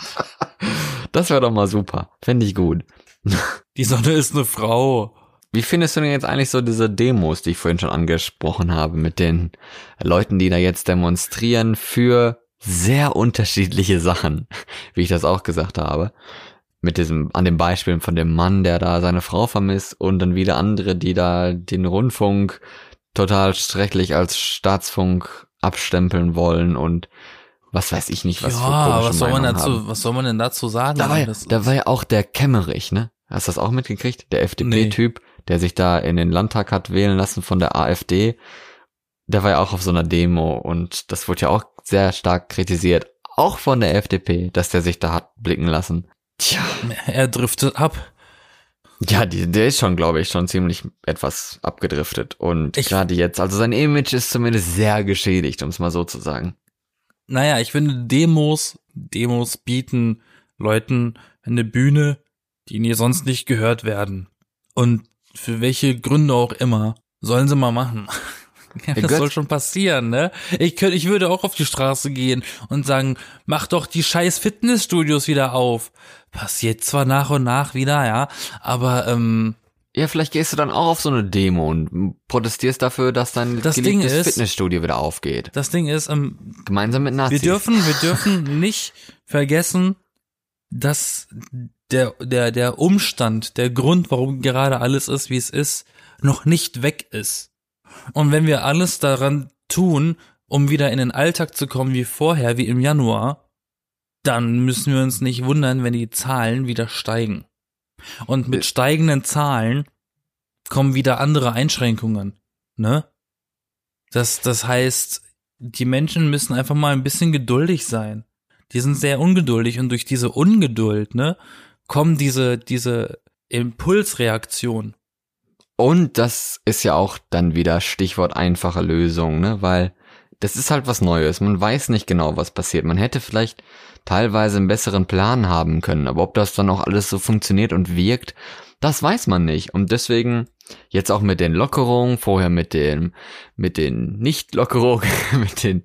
B: Das wäre doch mal super. Fände ich gut.
A: Die Sonne ist eine Frau.
B: Wie findest du denn jetzt eigentlich so diese Demos, die ich vorhin schon angesprochen habe, mit den Leuten, die da jetzt demonstrieren für sehr unterschiedliche Sachen, wie ich das auch gesagt habe? Mit an dem Beispiel von dem Mann, der da seine Frau vermisst und dann wieder andere, die da den Rundfunk total schrecklich als Staatsfunk abstempeln wollen und was weiß ich nicht, was für komische Meinungen haben.
A: Was soll man denn dazu sagen?
B: Da war ja auch der Kemmerich, ne? Hast du das auch mitgekriegt? Der FDP-Typ, der sich da in den Landtag hat wählen lassen von der AfD. Der war ja auch auf so einer Demo und das wurde ja auch sehr stark kritisiert. Auch von der FDP, dass der sich da hat blicken lassen. Tja.
A: Er driftet ab.
B: Ja, der ist schon, glaube ich, schon ziemlich etwas abgedriftet. Und gerade jetzt, also sein Image ist zumindest sehr geschädigt, um es mal so zu sagen.
A: Naja, ich finde, Demos bieten Leuten eine Bühne, die sonst nicht gehört werden. Und für welche Gründe auch immer, sollen sie mal machen. Ja, das soll schon passieren, ne? Ich würde auch auf die Straße gehen und sagen, mach doch die scheiß Fitnessstudios wieder auf. Passiert zwar nach und nach wieder, ja, aber
B: ja, vielleicht gehst du dann auch auf so eine Demo und protestierst dafür, dass dein geliebtes Fitnessstudio wieder aufgeht.
A: Das Ding ist,
B: gemeinsam mit Nazis.
A: Wir dürfen nicht vergessen, dass der Umstand, der Grund, warum gerade alles ist, wie es ist, noch nicht weg ist. Und wenn wir alles daran tun, um wieder in den Alltag zu kommen wie vorher, wie im Januar, dann müssen wir uns nicht wundern, wenn die Zahlen wieder steigen. Und mit steigenden Zahlen kommen wieder andere Einschränkungen, ne? Das heißt, die Menschen müssen einfach mal ein bisschen geduldig sein. Die sind sehr ungeduldig und durch diese Ungeduld, ne, kommen diese Impulsreaktionen.
B: Und das ist ja auch dann wieder Stichwort einfache Lösung, ne, weil das ist halt was Neues. Man weiß nicht genau, was passiert. Man hätte vielleicht teilweise einen besseren Plan haben können, aber ob das dann auch alles so funktioniert und wirkt, das weiß man nicht. Und deswegen jetzt auch mit den Lockerungen, vorher mit den Nicht-Lockerungen, mit den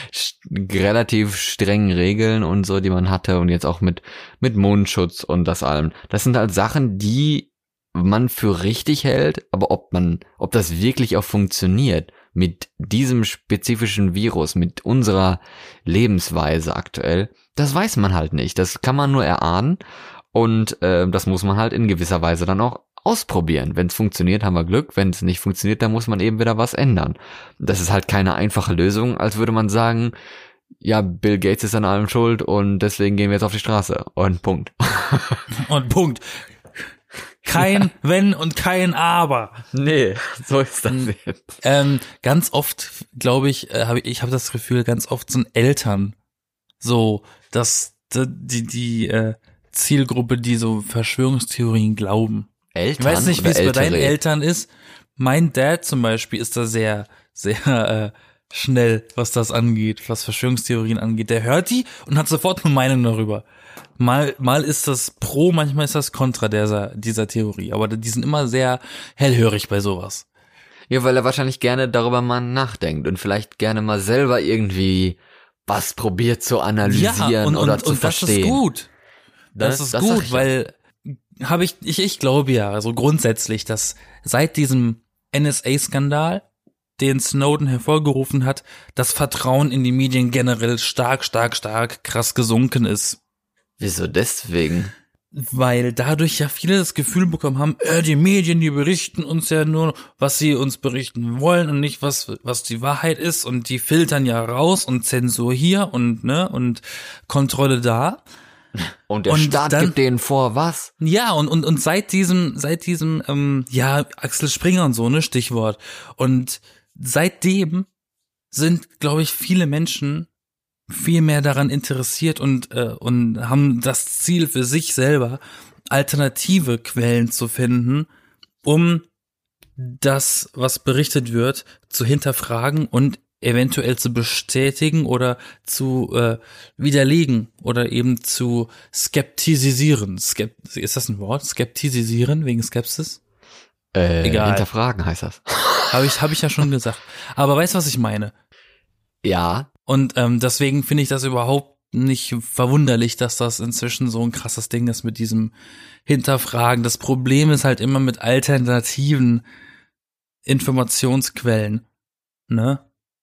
B: relativ strengen Regeln und so, die man hatte und jetzt auch mit Mundschutz und das allem. Das sind halt Sachen, die man für richtig hält, aber ob das wirklich auch funktioniert mit diesem spezifischen Virus, mit unserer Lebensweise aktuell, das weiß man halt nicht. Das kann man nur erahnen und das muss man halt in gewisser Weise dann auch ausprobieren. Wenn es funktioniert, haben wir Glück. Wenn es nicht funktioniert, dann muss man eben wieder was ändern. Das ist halt keine einfache Lösung, als würde man sagen, ja, Bill Gates ist an allem schuld und deswegen gehen wir jetzt auf die Straße. Und Punkt.
A: Und Punkt. Kein Wenn und kein Aber.
B: Nee, so ist das jetzt.
A: Ganz oft, glaube ich, habe das Gefühl, ganz oft sind Eltern so, dass die Zielgruppe, die so Verschwörungstheorien glauben.
B: Eltern?
A: Ich weiß nicht, wie es bei deinen
B: Ältere?
A: Eltern ist. Mein Dad zum Beispiel ist da sehr, sehr schnell, was das angeht, was Verschwörungstheorien angeht. Der hört die und hat sofort eine Meinung darüber. Mal ist das pro, manchmal ist das kontra dieser Theorie. Aber die sind immer sehr hellhörig bei sowas.
B: Ja, weil er wahrscheinlich gerne darüber mal nachdenkt und vielleicht gerne mal selber irgendwie was probiert zu analysieren oder zu verstehen.
A: Das ist gut. Das ist gut, weil ich glaube ja, also grundsätzlich, dass seit diesem NSA-Skandal, den Snowden hervorgerufen hat, das Vertrauen in die Medien generell stark krass gesunken ist.
B: Wieso deswegen?
A: weil dadurch ja viele das Gefühl bekommen haben, die Medien, die berichten uns ja nur, was sie uns berichten wollen und nicht was die Wahrheit ist, und die filtern ja raus und Zensur hier und Kontrolle da.
B: Und der Staat
A: dann,
B: gibt denen vor, was?
A: Ja, und seit diesem Axel Springer und so, ne, Stichwort. Und seitdem sind, glaube ich, viele Menschen viel mehr daran interessiert und haben das Ziel für sich selber, alternative Quellen zu finden, um das, was berichtet wird, zu hinterfragen und eventuell zu bestätigen oder zu widerlegen oder eben zu skeptisieren. Ist das ein Wort? Skeptisieren wegen Skepsis? Egal.
B: Hinterfragen heißt das.
A: Hab ich ja schon gesagt. Aber weißt du, was ich meine?
B: Ja.
A: Und deswegen finde ich das überhaupt nicht verwunderlich, dass das inzwischen so ein krasses Ding ist mit diesem Hinterfragen. Das Problem ist halt immer mit alternativen Informationsquellen, ne?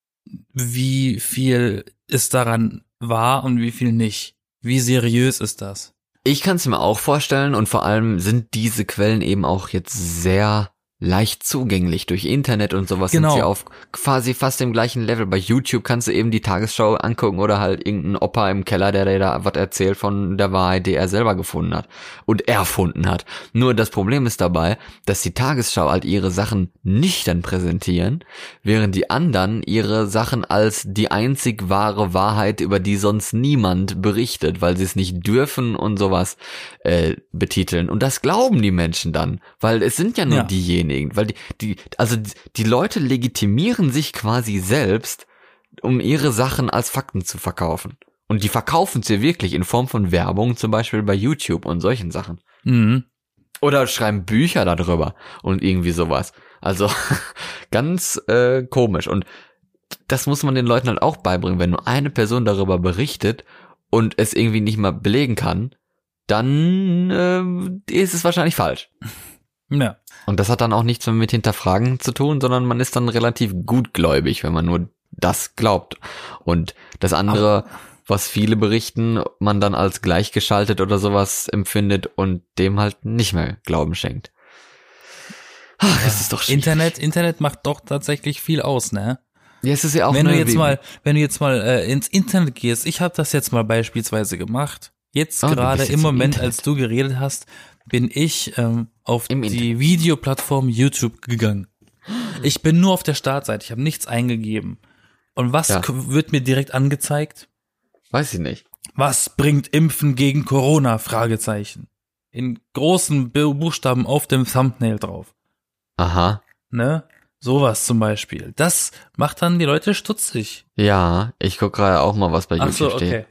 A: Wie viel ist daran wahr und wie viel nicht? Wie seriös ist das?
B: Ich kann es mir auch vorstellen, und vor allem sind diese Quellen eben auch jetzt sehr leicht zugänglich durch Internet und sowas.
A: Genau.
B: Sind sie auf quasi fast dem gleichen Level. Bei YouTube kannst du eben die Tagesschau angucken oder halt irgendeinen Opa im Keller, der dir da was erzählt von der Wahrheit, die er selber gefunden hat und erfunden hat. Nur das Problem ist dabei, dass die Tagesschau halt ihre Sachen nüchtern präsentieren, während die anderen ihre Sachen als die einzig wahre Wahrheit, über die sonst niemand berichtet, weil sie es nicht dürfen und sowas betiteln. Und das glauben die Menschen dann, weil es sind ja nur diejenigen, weil die Leute legitimieren sich quasi selbst, um ihre Sachen als Fakten zu verkaufen. Und die verkaufen sie wirklich in Form von Werbung, zum Beispiel bei YouTube und solchen Sachen.
A: Mhm.
B: Oder schreiben Bücher darüber und irgendwie sowas. Also ganz komisch. Und das muss man den Leuten halt auch beibringen. Wenn nur eine Person darüber berichtet und es irgendwie nicht mal belegen kann, dann ist es wahrscheinlich falsch.
A: Ja.
B: Und das hat dann auch nichts mehr mit Hinterfragen zu tun, sondern man ist dann relativ gutgläubig, wenn man nur das glaubt. Und das andere, was viele berichten, man dann als gleichgeschaltet oder sowas empfindet und dem halt nicht mehr Glauben schenkt. Ach, das ist doch schwierig.
A: Internet macht doch tatsächlich viel aus, ne?
B: Ja, es ist ja auch
A: wenn du jetzt mal ins Internet gehst, ich habe das jetzt mal beispielsweise gemacht. Jetzt gerade im Moment, als du geredet hast, bin ich auf die Videoplattform YouTube gegangen. Ich bin nur auf der Startseite, ich habe nichts eingegeben. Und was wird mir direkt angezeigt?
B: Weiß ich nicht.
A: Was bringt Impfen gegen Corona? Fragezeichen. In großen Buchstaben auf dem Thumbnail drauf.
B: Aha.
A: Ne? Sowas zum Beispiel. Das macht dann die Leute stutzig.
B: Ja, ich guck gerade auch mal, was bei YouTube steht.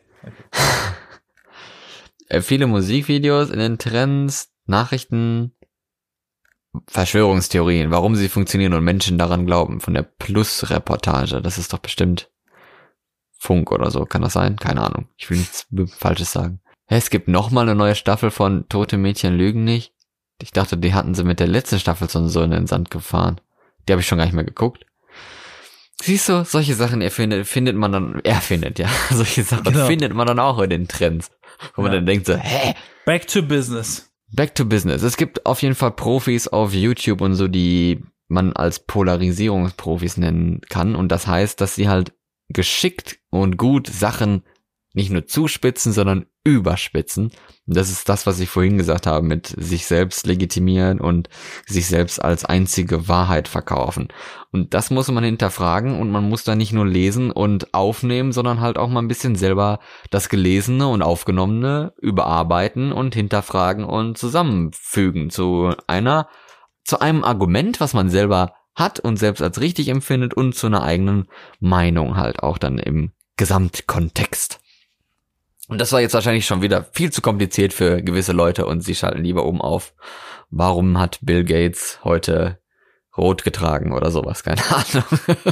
B: Viele Musikvideos in den Trends, Nachrichten, Verschwörungstheorien, warum sie funktionieren und Menschen daran glauben, von der Plus-Reportage. Das ist doch bestimmt Funk oder so, kann das sein? Keine Ahnung, ich will nichts Falsches sagen. Es gibt nochmal eine neue Staffel von Tote Mädchen lügen nicht. Ich dachte, die hatten sie mit der letzten Staffel so in den Sand gefahren. Die habe ich schon gar nicht mehr geguckt. Siehst du, solche Sachen findet man dann, solche Sachen findet man dann auch in den Trends. Wo man dann denkt so,
A: Back to business.
B: Back to business. Es gibt auf jeden Fall Profis auf YouTube und so, die man als Polarisierungsprofis nennen kann. Und das heißt, dass sie halt geschickt und gut Sachen nicht nur zuspitzen, sondern überspitzen. Und das ist das, was ich vorhin gesagt habe, mit sich selbst legitimieren und sich selbst als einzige Wahrheit verkaufen. Und das muss man hinterfragen und man muss da nicht nur lesen und aufnehmen, sondern halt auch mal ein bisschen selber das Gelesene und Aufgenommene überarbeiten und hinterfragen und zusammenfügen zu einem Argument, was man selber hat und selbst als richtig empfindet und zu einer eigenen Meinung halt auch dann im Gesamtkontext. Und das war jetzt wahrscheinlich schon wieder viel zu kompliziert für gewisse Leute und sie schalten lieber oben auf. Warum hat Bill Gates heute rot getragen oder sowas? Keine Ahnung.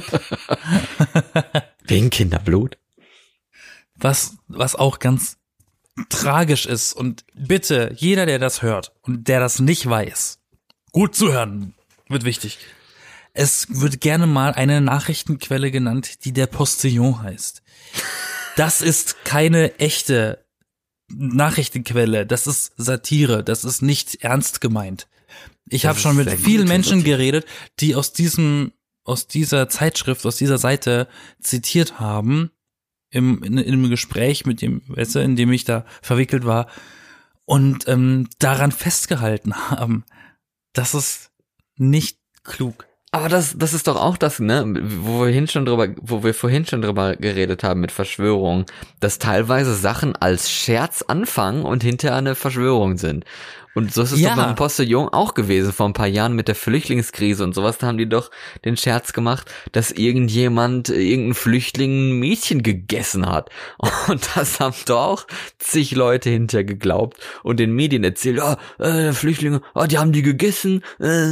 B: Wegen Kinderblut?
A: Was auch ganz tragisch ist, und bitte, jeder, der das hört und der das nicht weiß, gut zuhören, wird wichtig. Es wird gerne mal eine Nachrichtenquelle genannt, die der Postillon heißt. Das ist keine echte Nachrichtenquelle, das ist Satire, das ist nicht ernst gemeint. Ich habe
B: ist
A: schon mit
B: sehr
A: vielen
B: gute
A: Menschen
B: Satire.
A: geredet, die aus dieser Zeitschrift, aus dieser Seite zitiert haben, in einem Gespräch mit dem, weißt du, in dem ich da verwickelt war und daran festgehalten haben. Das ist nicht klug.
B: Aber das ist doch auch das, ne, wo wir vorhin schon drüber geredet haben mit Verschwörung, dass teilweise Sachen als Scherz anfangen und hinterher eine Verschwörung sind. Und so ist es
A: Ja.
B: doch beim Postillon auch gewesen vor ein paar Jahren mit der Flüchtlingskrise und sowas. Da haben die doch den Scherz gemacht, dass irgendein Flüchtling ein Mädchen gegessen hat. Und das haben doch auch zig Leute hinterher geglaubt und den Medien erzählt, Flüchtlinge, die haben die gegessen.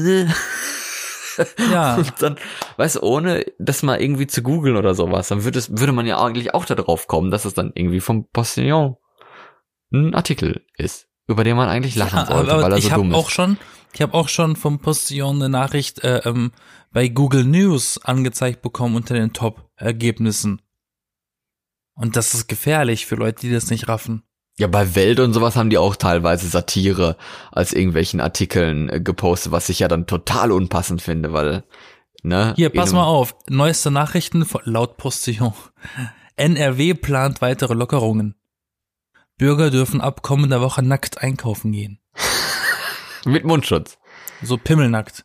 A: Ja,
B: Und dann, weißt du, ohne das mal irgendwie zu googeln oder sowas, dann würde man ja eigentlich auch da drauf kommen, dass es dann irgendwie vom Postillon ein Artikel ist, über den man eigentlich lachen sollte, weil er so dumm ist.
A: Ich habe auch schon vom Postillon eine Nachricht bei Google News angezeigt bekommen unter den Top-Ergebnissen. Und das ist gefährlich für Leute, die das nicht raffen.
B: Ja, bei Welt und sowas haben die auch teilweise Satire als irgendwelchen Artikeln gepostet, was ich ja dann total unpassend finde, weil, ne?
A: Hier, pass mal auf. Neueste Nachrichten laut Postillon. NRW plant weitere Lockerungen. Bürger dürfen ab kommender Woche nackt einkaufen gehen.
B: Mit Mundschutz.
A: So pimmelnackt.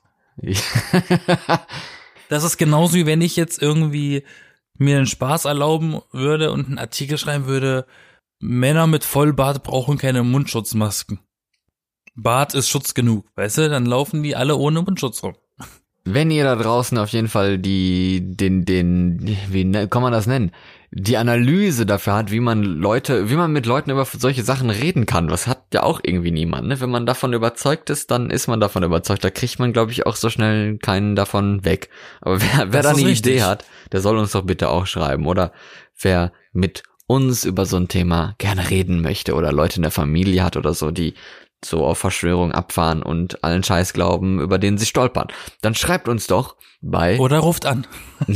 A: Das ist genauso wie wenn ich jetzt irgendwie mir einen Spaß erlauben würde und einen Artikel schreiben würde, Männer mit Vollbart brauchen keine Mundschutzmasken. Bart ist Schutz genug, weißt du? Dann laufen die alle ohne Mundschutz rum.
B: Wenn ihr da draußen auf jeden Fall wie kann man das nennen? Die Analyse dafür hat, wie man mit Leuten über solche Sachen reden kann. Das hat ja auch irgendwie niemand, ne? Wenn man davon überzeugt ist, dann ist man davon überzeugt. Da kriegt man, glaube ich, auch so schnell keinen davon weg. Aber wer da eine Idee hat, der soll uns doch bitte auch schreiben. Oder wer mit uns über so ein Thema gerne reden möchte oder Leute in der Familie hat oder so, die so auf Verschwörung abfahren und allen Scheiß glauben, über den sie stolpern. Dann schreibt uns doch bei...
A: Oder ruft an.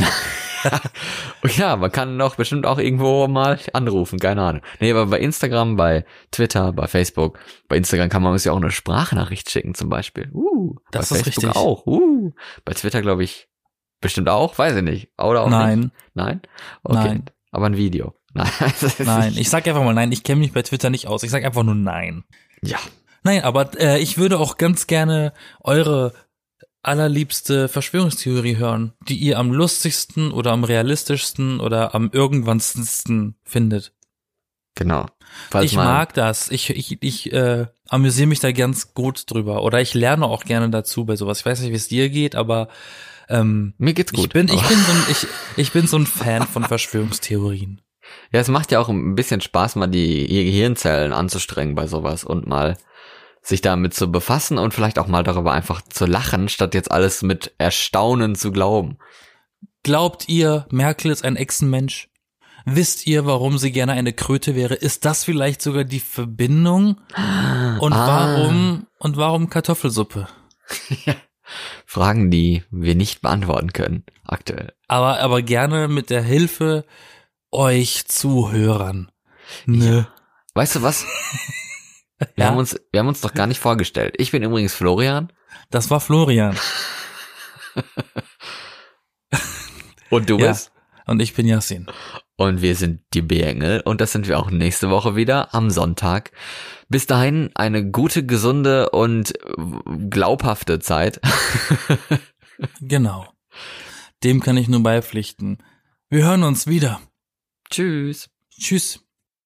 B: Ja, man kann doch bestimmt auch irgendwo mal anrufen, keine Ahnung. Nee, aber bei Instagram, bei Twitter, bei Facebook, bei Instagram kann man uns ja auch eine Sprachnachricht schicken zum Beispiel.
A: Das
B: bei
A: ist
B: Facebook
A: richtig.
B: auch. Bei Twitter glaube ich bestimmt auch, weiß ich nicht. Oder auch
A: Nein.
B: nicht. Nein? Okay.
A: Nein.
B: Aber ein Video. Nein.
A: Nein, ich sag einfach mal nein. Ich kenne mich bei Twitter nicht aus. Ich sag einfach nur nein.
B: Ja.
A: Nein, aber ich würde auch ganz gerne eure allerliebste Verschwörungstheorie hören, die ihr am lustigsten oder am realistischsten oder am irgendwannsten findet.
B: Genau.
A: Ich mag das. Ich amüsiere mich da ganz gut drüber. Oder ich lerne auch gerne dazu bei sowas. Ich weiß nicht, wie es dir geht, aber
B: mir geht's gut.
A: Ich bin so ein Fan von Verschwörungstheorien.
B: Ja, es macht ja auch ein bisschen Spaß, mal die Gehirnzellen anzustrengen bei sowas und mal sich damit zu befassen und vielleicht auch mal darüber einfach zu lachen, statt jetzt alles mit Erstaunen zu glauben.
A: Glaubt ihr, Merkel ist ein Echsenmensch? Wisst ihr, warum sie gerne eine Kröte wäre? Ist das vielleicht sogar die Verbindung? Und warum Kartoffelsuppe?
B: Fragen, die wir nicht beantworten können, aktuell.
A: Aber gerne mit der Hilfe euch Zuhörern. Ne?
B: Ja. Weißt du was? Wir haben uns doch gar nicht vorgestellt. Ich bin übrigens Florian.
A: Das war Florian.
B: Und du bist?
A: Und ich bin Yassin.
B: Und wir sind die B-Engel und das sind wir auch nächste Woche wieder am Sonntag. Bis dahin eine gute, gesunde und glaubhafte Zeit.
A: Genau. Dem kann ich nur beipflichten. Wir hören uns wieder.
B: Tschüss.
A: Tschüss.